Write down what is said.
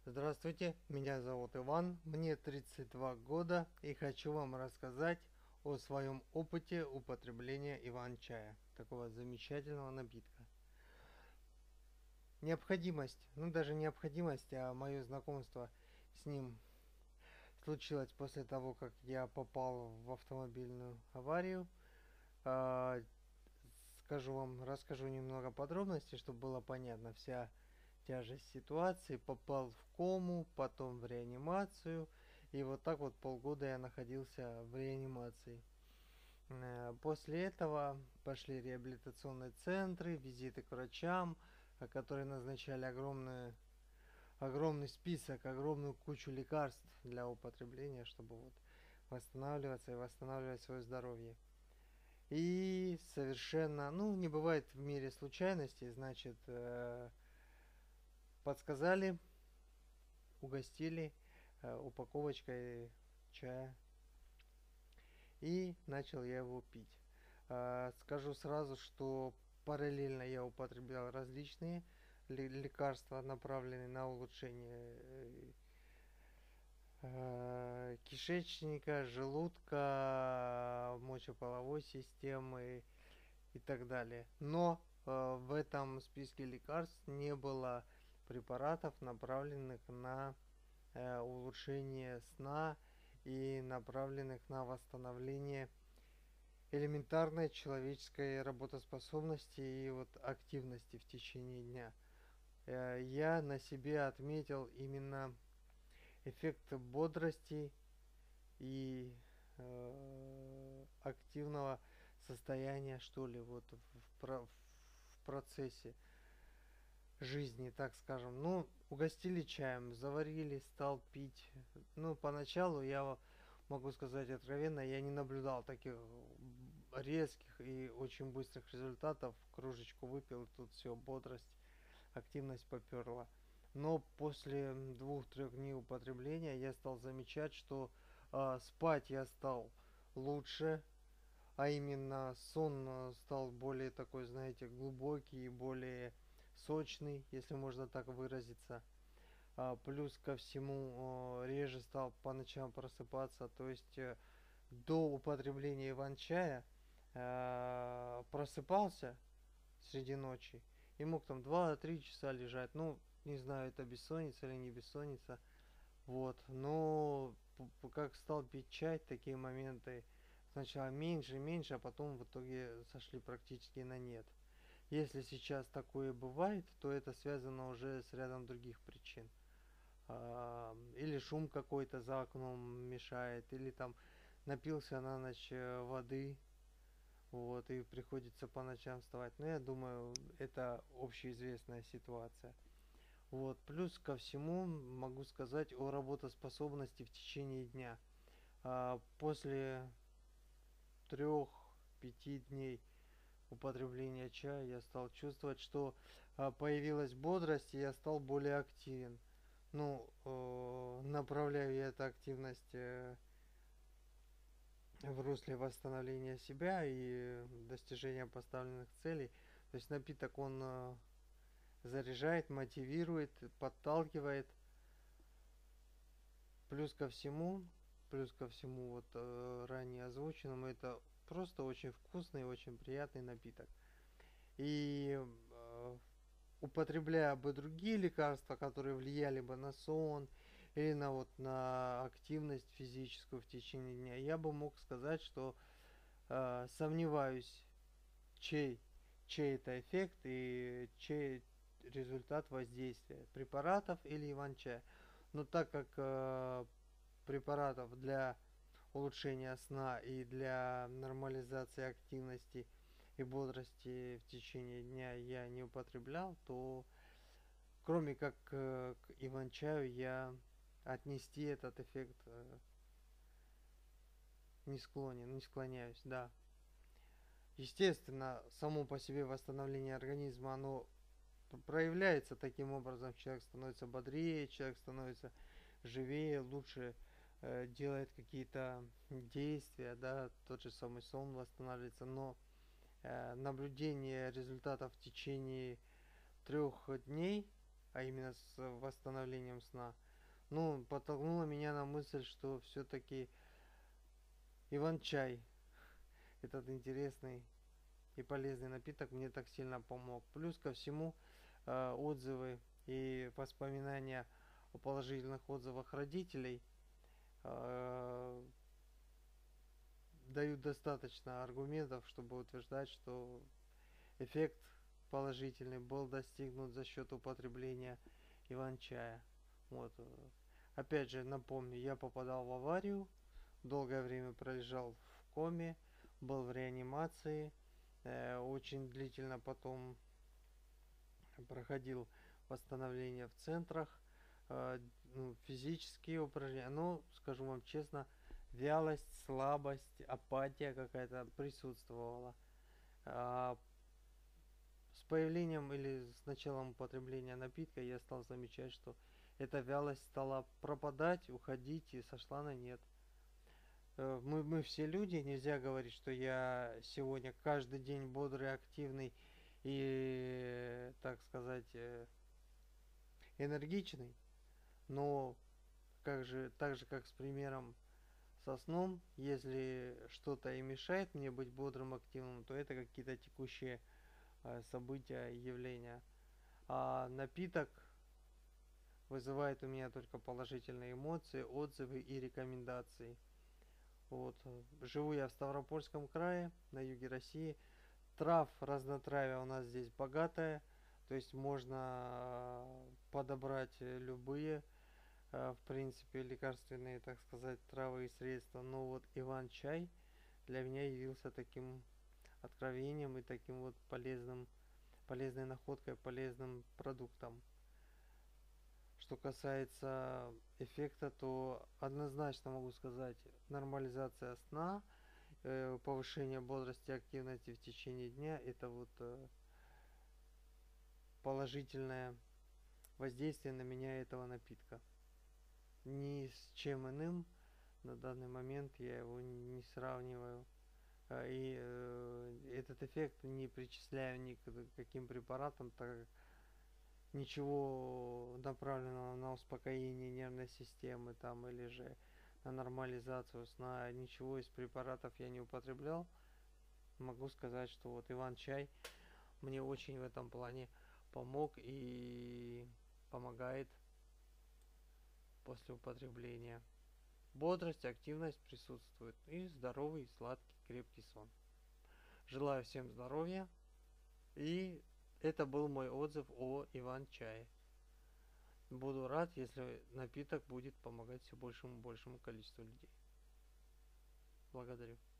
Здравствуйте, меня зовут Иван, мне 32 года и хочу вам рассказать о своем опыте употребления иван-чая, такого замечательного напитка. Необходимость, ну даже необходимость, а мое знакомство с ним случилось после того, как я попал в автомобильную аварию. А, расскажу немного подробностей, чтобы было понятно вся тяжесть ситуации, попал в кому, потом в реанимацию, и вот так вот полгода я находился в реанимации. После этого пошли реабилитационные центры, визиты к врачам, которые назначали огромный список, огромную кучу лекарств для употребления, чтобы вот восстанавливаться и восстанавливать свое здоровье. И совершенно, ну, не бывает в мире случайностей, значит, подсказали, угостили упаковочкой чая, и начал я его пить. Скажу сразу, что параллельно я употреблял различные лекарства, направленные на улучшение кишечника, желудка, мочеполовой системы и так далее. Но в этом списке лекарств не было препаратов, направленных на улучшение сна и направленных на восстановление элементарной человеческой работоспособности и вот активности в течение дня. Я на себе отметил именно эффект бодрости и активного состояния, что ли, вот в процессе жизни, так скажем. Ну, угостили чаем, заварили, стал пить. Ну, поначалу я могу сказать откровенно, я не наблюдал таких резких и очень быстрых результатов. Кружечку выпил, тут все, бодрость, активность поперла. Но после 2-3 дней употребления я стал замечать, что спать я стал лучше, а именно сон стал более такой, знаете, глубокий и более сочный, если можно так выразиться. Плюс ко всему реже стал по ночам просыпаться, то есть до употребления иван-чая просыпался среди ночи и мог там 2-3 часа лежать. Ну, не знаю, это бессонница или не бессонница. Вот, но как стал пить чай, такие моменты сначала меньше, меньше, а потом в итоге сошли практически на нет. Если сейчас такое бывает, то это связано уже с рядом других причин. Или шум какой-то за окном мешает, или там напился на ночь воды, вот, и приходится по ночам вставать. Но я думаю, это общеизвестная ситуация. Вот, плюс ко всему могу сказать о работоспособности в течение дня. После 3-5 дней употребления чая я стал чувствовать, что появилась бодрость, и я стал более активен. Ну, направляю я эту активность в русле восстановления себя и достижения поставленных целей. То есть напиток, он заряжает, мотивирует, подталкивает. Плюс ко всему, плюс ко всему вот ранее озвученному, это просто очень вкусный и очень приятный напиток. И употребляя бы другие лекарства, которые влияли бы на сон или на активность физическую в течение дня, я бы мог сказать, что сомневаюсь, чей, чей это эффект и чей результат воздействия препаратов или иван-чая. Но так как препаратов для улучшения сна и для нормализации активности и бодрости в течение дня я не употреблял, то кроме как к иван-чаю я отнести этот эффект не склонен, не склоняюсь, да. Естественно, само по себе восстановление организма, оно проявляется таким образом, человек становится бодрее, человек становится живее, лучше делает какие-то действия, да, тот же самый сон восстанавливается, но наблюдение результатов в течение 3 дней а именно с восстановлением сна. Ну, подтолкнуло меня на мысль, что все-таки иван-чай, этот интересный и полезный напиток, мне так сильно помог. Плюс ко всему, отзывы и воспоминания о положительных отзывах родителей э, дают достаточно аргументов, чтобы утверждать, что эффект положительный был достигнут за счет употребления иван-чая. Вот. Опять же, напомню, я попадал в аварию, долгое время пролежал в коме, был в реанимации, очень длительно потом проходил восстановление в центрах, физические упражнения. Но, скажу вам честно, вялость, слабость, апатия какая-то присутствовала. С появлением или с началом употребления напитка я стал замечать, что эта вялость стала пропадать, уходить и сошла на нет. Мы все люди, нельзя говорить, что я сегодня каждый день бодрый, активный и, так сказать, энергичный, но так же как с примером со сном, если что-то и мешает мне быть бодрым, активным, то это какие-то текущие события, явления. А напиток вызывает у меня только положительные эмоции, отзывы и рекомендации. Вот. Живу я в Ставропольском крае, на юге России. Трав, разнотравия у нас здесь богатое, то есть можно подобрать любые, в принципе, лекарственные, так сказать, травы и средства. Но вот иван-чай для меня явился таким откровением и таким вот полезной находкой, полезным продуктом. Что касается эффекта, то однозначно могу сказать, нормализация сна, повышение бодрости и активности в течение дня, это вот положительное воздействие на меня этого напитка. Ни с чем иным на данный момент я его не сравниваю. И этот эффект не причисляю ни к каким препаратам, так как ничего направленного на успокоение нервной системы там или же на нормализацию сна, ничего из препаратов я не употреблял. Могу сказать, что вот иван-чай мне очень в этом плане помог и помогает после употребления. Бодрость, активность присутствует и здоровый, сладкий, крепкий сон. Желаю всем здоровья, и это был мой отзыв о иван-чае. Буду рад, если напиток будет помогать все большему и большему количеству людей. Благодарю.